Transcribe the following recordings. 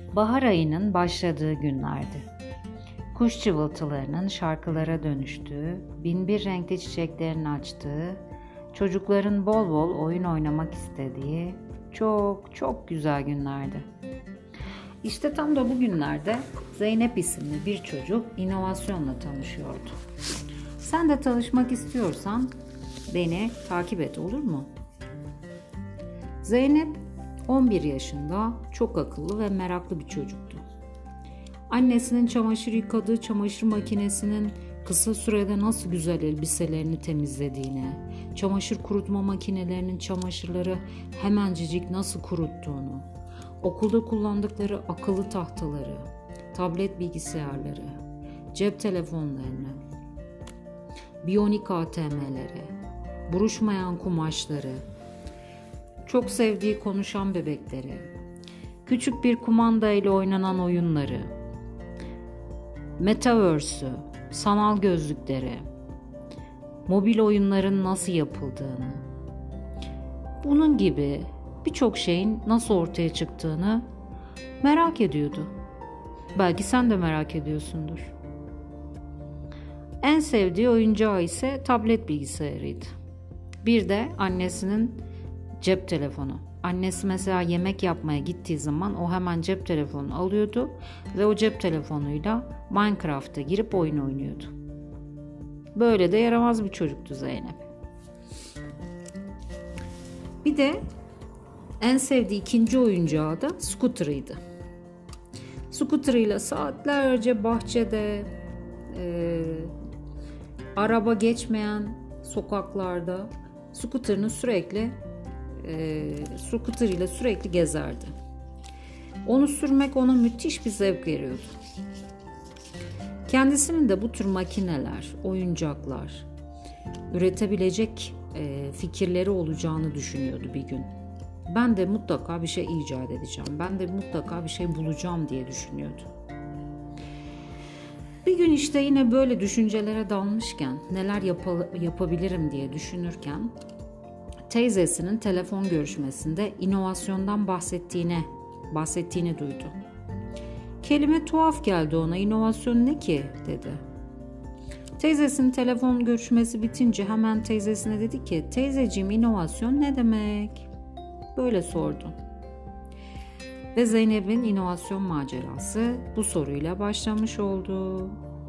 Bahar ayının başladığı günlerdi. Kuş cıvıltılarının şarkılara dönüştüğü, binbir renkli çiçeklerin açtığı, çocukların bol bol oyun oynamak istediği çok çok güzel günlerdi. İşte tam da bu günlerde Zeynep isimli bir çocuk inovasyonla tanışıyordu. Sen de tanışmak istiyorsan beni takip et, olur mu? Zeynep 11 yaşında, çok akıllı ve meraklı bir çocuktu. Annesinin çamaşır yıkadığı çamaşır makinesinin kısa sürede nasıl güzel elbiselerini temizlediğini, çamaşır kurutma makinelerinin çamaşırları hemencecik nasıl kuruttuğunu, okulda kullandıkları akıllı tahtaları, tablet bilgisayarları, cep telefonlarını, biyonik ATM'leri, buruşmayan kumaşları, çok sevdiği konuşan bebekleri, küçük bir kumanda ile oynanan oyunları, Metaverse'ü, sanal gözlükleri, mobil oyunların nasıl yapıldığını, bunun gibi birçok şeyin nasıl ortaya çıktığını merak ediyordu. Belki sen de merak ediyorsundur. En sevdiği oyuncağı ise tablet bilgisayarıydı. Bir de annesinin cep telefonu. Annesi mesela yemek yapmaya gittiği zaman o hemen cep telefonunu alıyordu ve o cep telefonuyla Minecraft'a girip oyun oynuyordu. Böyle de yaramaz bir çocuktu Zeynep. Bir de en sevdiği ikinci oyuncağı da scooter'ıydı. Scooter'ıyla saatlerce bahçede, araba geçmeyen sokaklarda scooter'ıyla sürekli gezerdi. Onu sürmek ona müthiş bir zevk veriyordu. Kendisinin de bu tür makineler, oyuncaklar üretebilecek fikirleri olacağını düşünüyordu bir gün. Ben de mutlaka bir şey icat edeceğim, ben de mutlaka bir şey bulacağım diye düşünüyordu. Bir gün işte yine böyle düşüncelere dalmışken, neler yapabilirim diye düşünürken, teyzesinin telefon görüşmesinde inovasyondan bahsettiğini duydu. Kelime tuhaf geldi ona. İnovasyon ne ki dedi. Teyzesinin telefon görüşmesi bitince hemen teyzesine dedi ki, teyzeciğim inovasyon ne demek? Böyle sordu. Ve Zeynep'in inovasyon macerası bu soruyla başlamış oldu.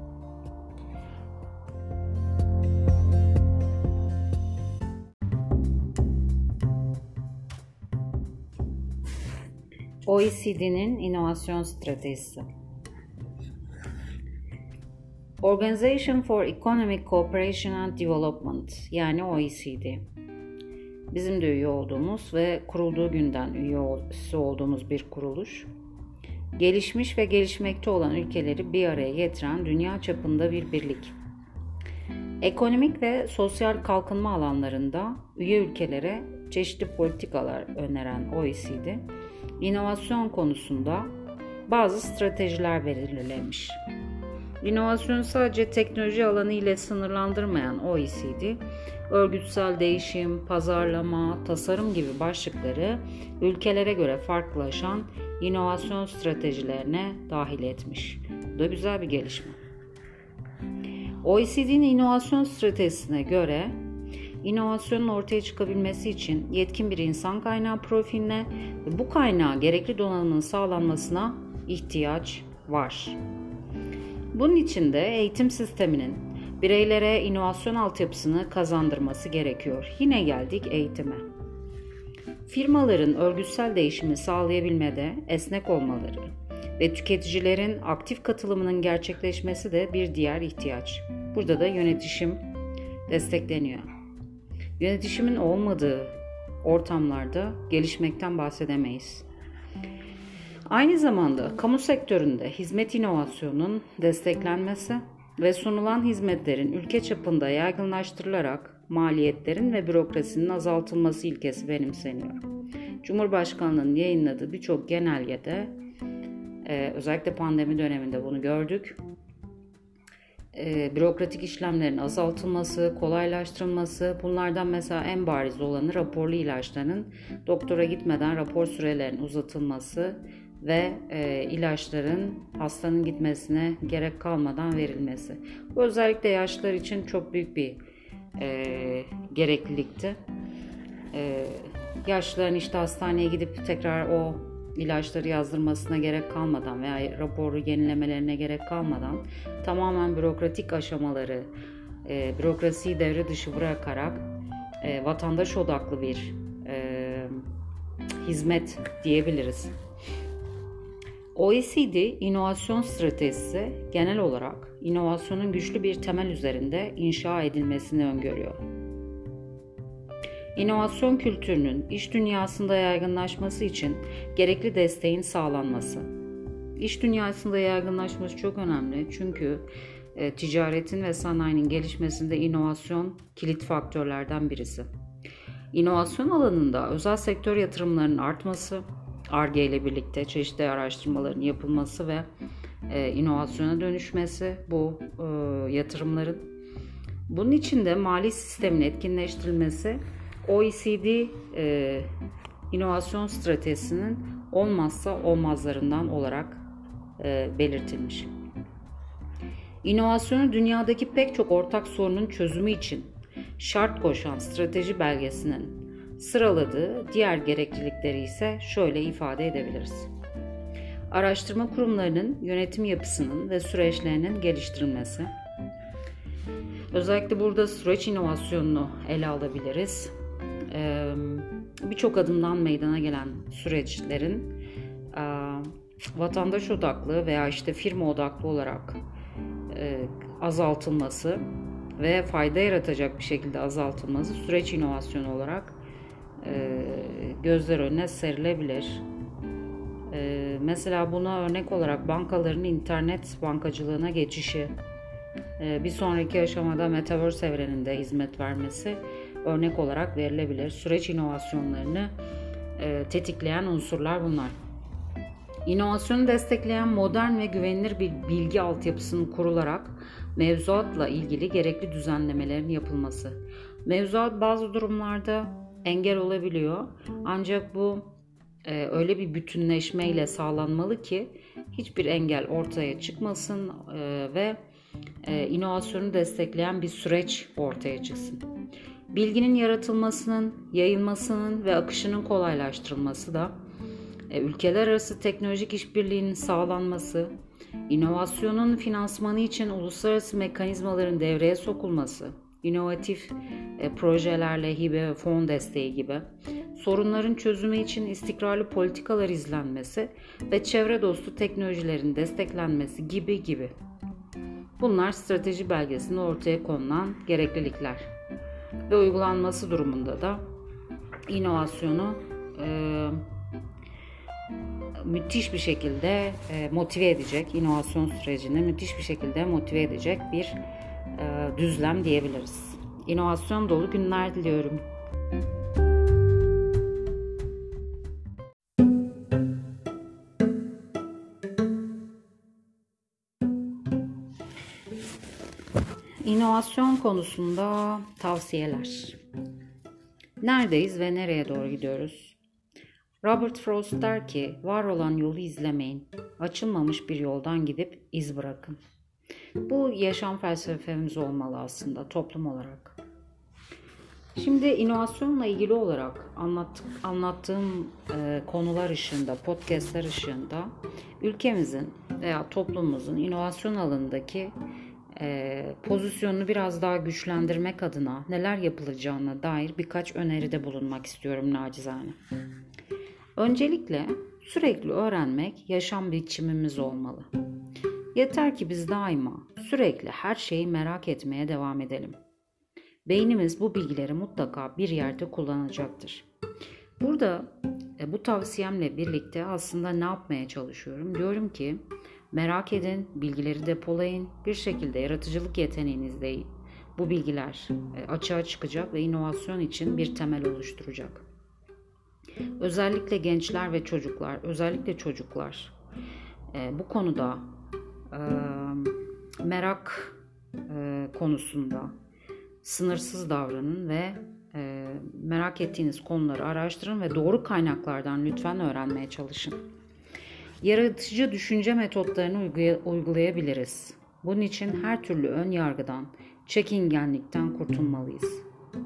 OECD'nin inovasyon stratejisi. Organization for Economic Cooperation and Development, yani OECD. Bizim de üye olduğumuz ve kurulduğu günden üyesi olduğumuz bir kuruluş. Gelişmiş ve gelişmekte olan ülkeleri bir araya getiren dünya çapında bir birlik. Ekonomik ve sosyal kalkınma alanlarında üye ülkelere çeşitli politikalar öneren OECD, inovasyon konusunda bazı stratejiler belirlemiş. İnovasyonu sadece teknoloji alanı ile sınırlandırmayan OECD, örgütsel değişim, pazarlama, tasarım gibi başlıkları ülkelere göre farklılaşan inovasyon stratejilerine dahil etmiş. Bu da güzel bir gelişme. OECD'nin inovasyon stratejisine göre inovasyonun ortaya çıkabilmesi için yetkin bir insan kaynağı profiline ve bu kaynağa gerekli donanımın sağlanmasına ihtiyaç var. Bunun için de eğitim sisteminin bireylere inovasyon altyapısını kazandırması gerekiyor. Yine geldik eğitime. Firmaların örgütsel değişimi sağlayabilmede esnek olmaları ve tüketicilerin aktif katılımının gerçekleşmesi de bir diğer ihtiyaç. Burada da yönetişim destekleniyor. Yönetişimin olmadığı ortamlarda gelişmekten bahsedemeyiz. Aynı zamanda kamu sektöründe hizmet inovasyonunun desteklenmesi ve sunulan hizmetlerin ülke çapında yaygınlaştırılarak maliyetlerin ve bürokrasinin azaltılması ilkesi benimseniyor. Cumhurbaşkanlığı'nın yayınladığı birçok genelgede özellikle pandemi döneminde bunu gördük. Bürokratik işlemlerin azaltılması, kolaylaştırılması, bunlardan mesela en bariz olanı raporlu ilaçların doktora gitmeden rapor sürelerinin uzatılması ve ilaçların hastanın gitmesine gerek kalmadan verilmesi. Bu özellikle yaşlılar için çok büyük bir gereklilikti. Yaşlıların işte hastaneye gidip tekrar o ilaçları yazdırmasına gerek kalmadan veya raporu yenilemelerine gerek kalmadan tamamen bürokratik aşamaları, bürokrasiyi devre dışı bırakarak vatandaş odaklı bir hizmet diyebiliriz. OECD inovasyon stratejisi genel olarak inovasyonun güçlü bir temel üzerinde inşa edilmesini öngörüyor. İnovasyon kültürünün iş dünyasında yaygınlaşması için gerekli desteğin sağlanması. İş dünyasında yaygınlaşması çok önemli çünkü ticaretin ve sanayinin gelişmesinde inovasyon kilit faktörlerden birisi. İnovasyon alanında özel sektör yatırımlarının artması, Ar-Ge ile birlikte çeşitli araştırmaların yapılması ve inovasyona dönüşmesi bu yatırımların. Bunun için de mali sistemin etkinleştirilmesi OECD inovasyon stratejisinin olmazsa olmazlarından olarak belirtilmiş. İnovasyonu dünyadaki pek çok ortak sorunun çözümü için şart koşan strateji belgesinin sıraladığı diğer gereklilikleri ise şöyle ifade edebiliriz. Araştırma kurumlarının yönetim yapısının ve süreçlerinin geliştirilmesi. Özellikle burada süreç inovasyonunu ele alabiliriz. Birçok adımdan meydana gelen süreçlerin vatandaş odaklı veya işte firma odaklı olarak azaltılması ve fayda yaratacak bir şekilde azaltılması süreç inovasyonu olarak gözler önüne serilebilir. Mesela buna örnek olarak bankaların internet bankacılığına geçişi, bir sonraki aşamada Metaverse evreninde hizmet vermesi örnek olarak verilebilir. Süreç inovasyonlarını tetikleyen unsurlar bunlar. İnovasyonu destekleyen modern ve güvenilir bir bilgi altyapısının kurularak mevzuatla ilgili gerekli düzenlemelerin yapılması. Mevzuat bazı durumlarda engel olabiliyor. Ancak bu öyle bir bütünleşmeyle sağlanmalı ki hiçbir engel ortaya çıkmasın ve inovasyonu destekleyen bir süreç ortaya çıksın. Bilginin yaratılmasının, yayılmasının ve akışının kolaylaştırılması da ülkeler arası teknolojik işbirliğinin sağlanması, inovasyonun finansmanı için uluslararası mekanizmaların devreye sokulması, inovatif projelerle hibe ve fon desteği gibi, sorunların çözümü için istikrarlı politikalar izlenmesi ve çevre dostu teknolojilerin desteklenmesi gibi. Bunlar strateji belgesinde ortaya konulan gereklilikler ve uygulanması durumunda da inovasyonu müthiş bir şekilde motive edecek, inovasyon sürecini müthiş bir şekilde motive edecek bir düzlem diyebiliriz. İnovasyon dolu günler diliyorum. İnovasyon konusunda tavsiyeler. Neredeyiz ve nereye doğru gidiyoruz? Robert Frost der ki, var olan yolu izlemeyin, açılmamış bir yoldan gidip iz bırakın. Bu yaşam felsefemiz olmalı aslında toplum olarak. Şimdi inovasyonla ilgili olarak anlattığım konular ışığında, podcastler ışığında ülkemizin veya toplumumuzun inovasyon alanındaki pozisyonunu biraz daha güçlendirmek adına neler yapılacağına dair birkaç öneride bulunmak istiyorum nacizane. Öncelikle sürekli öğrenmek yaşam biçimimiz olmalı. Yeter ki biz daima sürekli her şeyi merak etmeye devam edelim. Beynimiz bu bilgileri mutlaka bir yerde kullanacaktır. Burada bu tavsiyemle birlikte aslında ne yapmaya çalışıyorum? Diyorum ki merak edin, bilgileri depolayın, bir şekilde yaratıcılık yeteneğinizde bu bilgiler açığa çıkacak ve inovasyon için bir temel oluşturacak. Özellikle gençler ve çocuklar, özellikle çocuklar bu konuda merak konusunda sınırsız davranın ve merak ettiğiniz konuları araştırın ve doğru kaynaklardan lütfen öğrenmeye çalışın. Yaratıcı düşünce metotlarını uygulayabiliriz. Bunun için her türlü ön yargıdan, çekingenlikten kurtulmalıyız.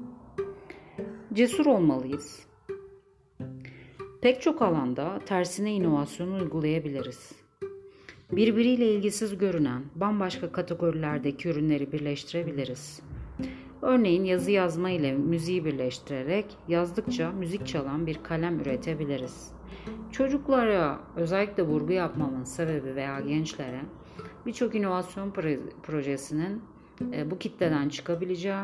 Cesur olmalıyız. Pek çok alanda tersine inovasyonu uygulayabiliriz. Birbiriyle ilgisiz görünen bambaşka kategorilerdeki ürünleri birleştirebiliriz. Örneğin yazı yazma ile müziği birleştirerek yazdıkça müzik çalan bir kalem üretebiliriz. Çocuklara özellikle vurgu yapmamın sebebi veya gençlere birçok inovasyon projesinin bu kitleden çıkabileceği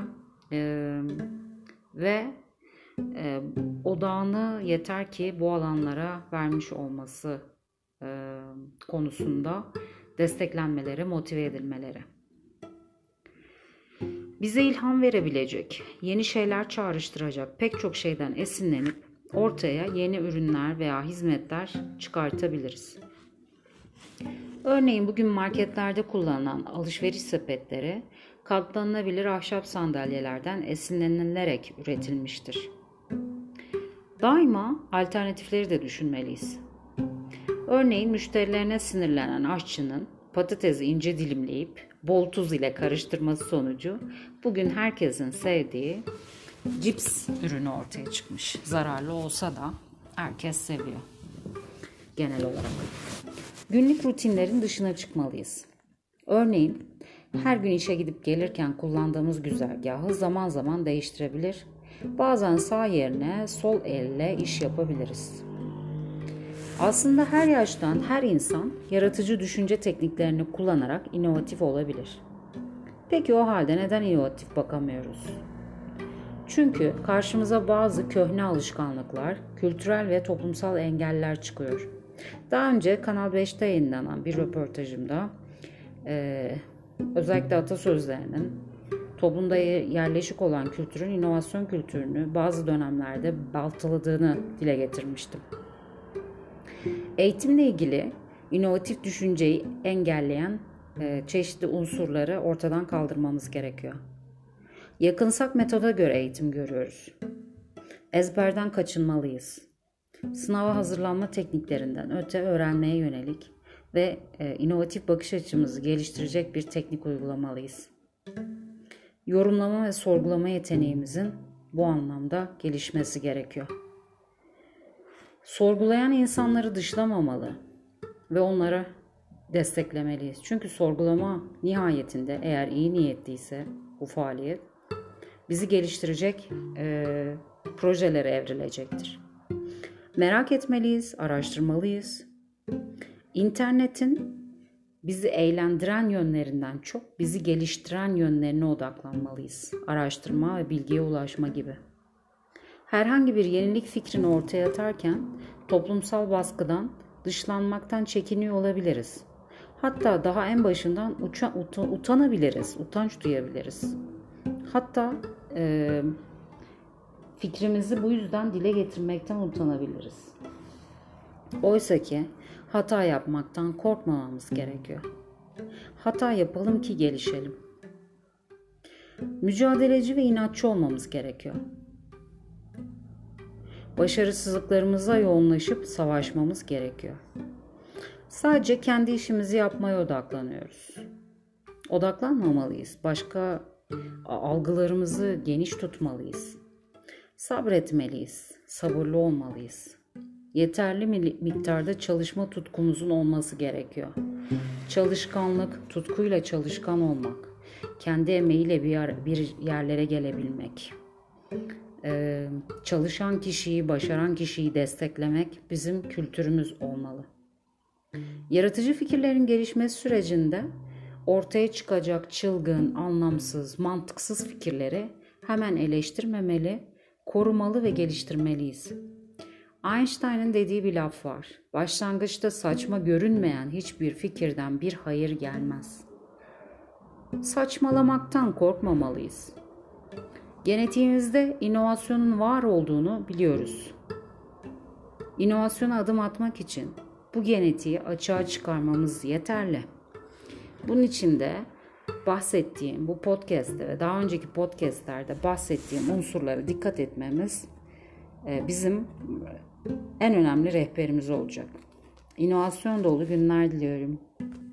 ve odağını yeter ki bu alanlara vermiş olması konusunda desteklenmeleri, motive edilmeleri. Bize ilham verebilecek, yeni şeyler çağrıştıracak pek çok şeyden esinlenip ortaya yeni ürünler veya hizmetler çıkartabiliriz. Örneğin bugün marketlerde kullanılan alışveriş sepetleri katlanabilir ahşap sandalyelerden esinlenilerek üretilmiştir. Daima alternatifleri de düşünmeliyiz. Örneğin müşterilerine sinirlenen aşçının patatesi ince dilimleyip bol tuz ile karıştırması sonucu bugün herkesin sevdiği cips ürünü ortaya çıkmış. Zararlı olsa da herkes seviyor genel olarak. Günlük rutinlerin dışına çıkmalıyız. Örneğin her gün işe gidip gelirken kullandığımız güzergahı zaman zaman değiştirebilir. Bazen sağ yerine sol elle iş yapabiliriz. Aslında her yaştan her insan yaratıcı düşünce tekniklerini kullanarak inovatif olabilir. Peki o halde neden inovatif bakamıyoruz? Çünkü karşımıza bazı köhne alışkanlıklar, kültürel ve toplumsal engeller çıkıyor. Daha önce Kanal 5'te yayınlanan bir röportajımda özellikle atasözlerinin toplumda yerleşik olan kültürün inovasyon kültürünü bazı dönemlerde baltaladığını dile getirmiştim. Eğitimle ilgili inovatif düşünceyi engelleyen çeşitli unsurları ortadan kaldırmamız gerekiyor. Yakınsak metoda göre eğitim görüyoruz. Ezberden kaçınmalıyız. Sınava hazırlanma tekniklerinden öte öğrenmeye yönelik ve inovatif bakış açımızı geliştirecek bir teknik uygulamalıyız. Yorumlama ve sorgulama yeteneğimizin bu anlamda gelişmesi gerekiyor. Sorgulayan insanları dışlamamalı ve onları desteklemeliyiz. Çünkü sorgulama nihayetinde eğer iyi niyetliyse bu faaliyet bizi geliştirecek projelere evrilecektir. Merak etmeliyiz, araştırmalıyız. İnternetin bizi eğlendiren yönlerinden çok bizi geliştiren yönlerine odaklanmalıyız. Araştırma ve bilgiye ulaşma gibi. Herhangi bir yenilik fikrini ortaya atarken toplumsal baskıdan, dışlanmaktan çekiniyor olabiliriz. Hatta daha en başından utanabiliriz, utanç duyabiliriz. Hatta fikrimizi bu yüzden dile getirmekten utanabiliriz. Oysa ki hata yapmaktan korkmamamız gerekiyor. Hata yapalım ki gelişelim. Mücadeleci ve inatçı olmamız gerekiyor. Başarısızlıklarımıza yoğunlaşıp savaşmamız gerekiyor. Sadece kendi işimizi yapmaya odaklanıyoruz. Odaklanmamalıyız. Başka algılarımızı geniş tutmalıyız. Sabretmeliyiz. Sabırlı olmalıyız. Yeterli miktarda çalışma tutkumuzun olması gerekiyor. Çalışkanlık, tutkuyla çalışkan olmak, kendi emeğiyle bir yerlere gelebilmek, çalışan kişiyi, başaran kişiyi desteklemek bizim kültürümüz olmalı. Yaratıcı fikirlerin gelişmesi sürecinde ortaya çıkacak çılgın, anlamsız, mantıksız fikirleri hemen eleştirmemeli, korumalı ve geliştirmeliyiz. Einstein'ın dediği bir laf var. Başlangıçta saçma görünmeyen hiçbir fikirden bir hayır gelmez. Saçmalamaktan korkmamalıyız. Genetiğimizde inovasyonun var olduğunu biliyoruz. İnovasyona adım atmak için bu genetiği açığa çıkarmamız yeterli. Bunun için de bahsettiğim bu podcast'te ve daha önceki podcast'lerde bahsettiğim unsurlara dikkat etmemiz bizim en önemli rehberimiz olacak. inovasyon dolu günler diliyorum.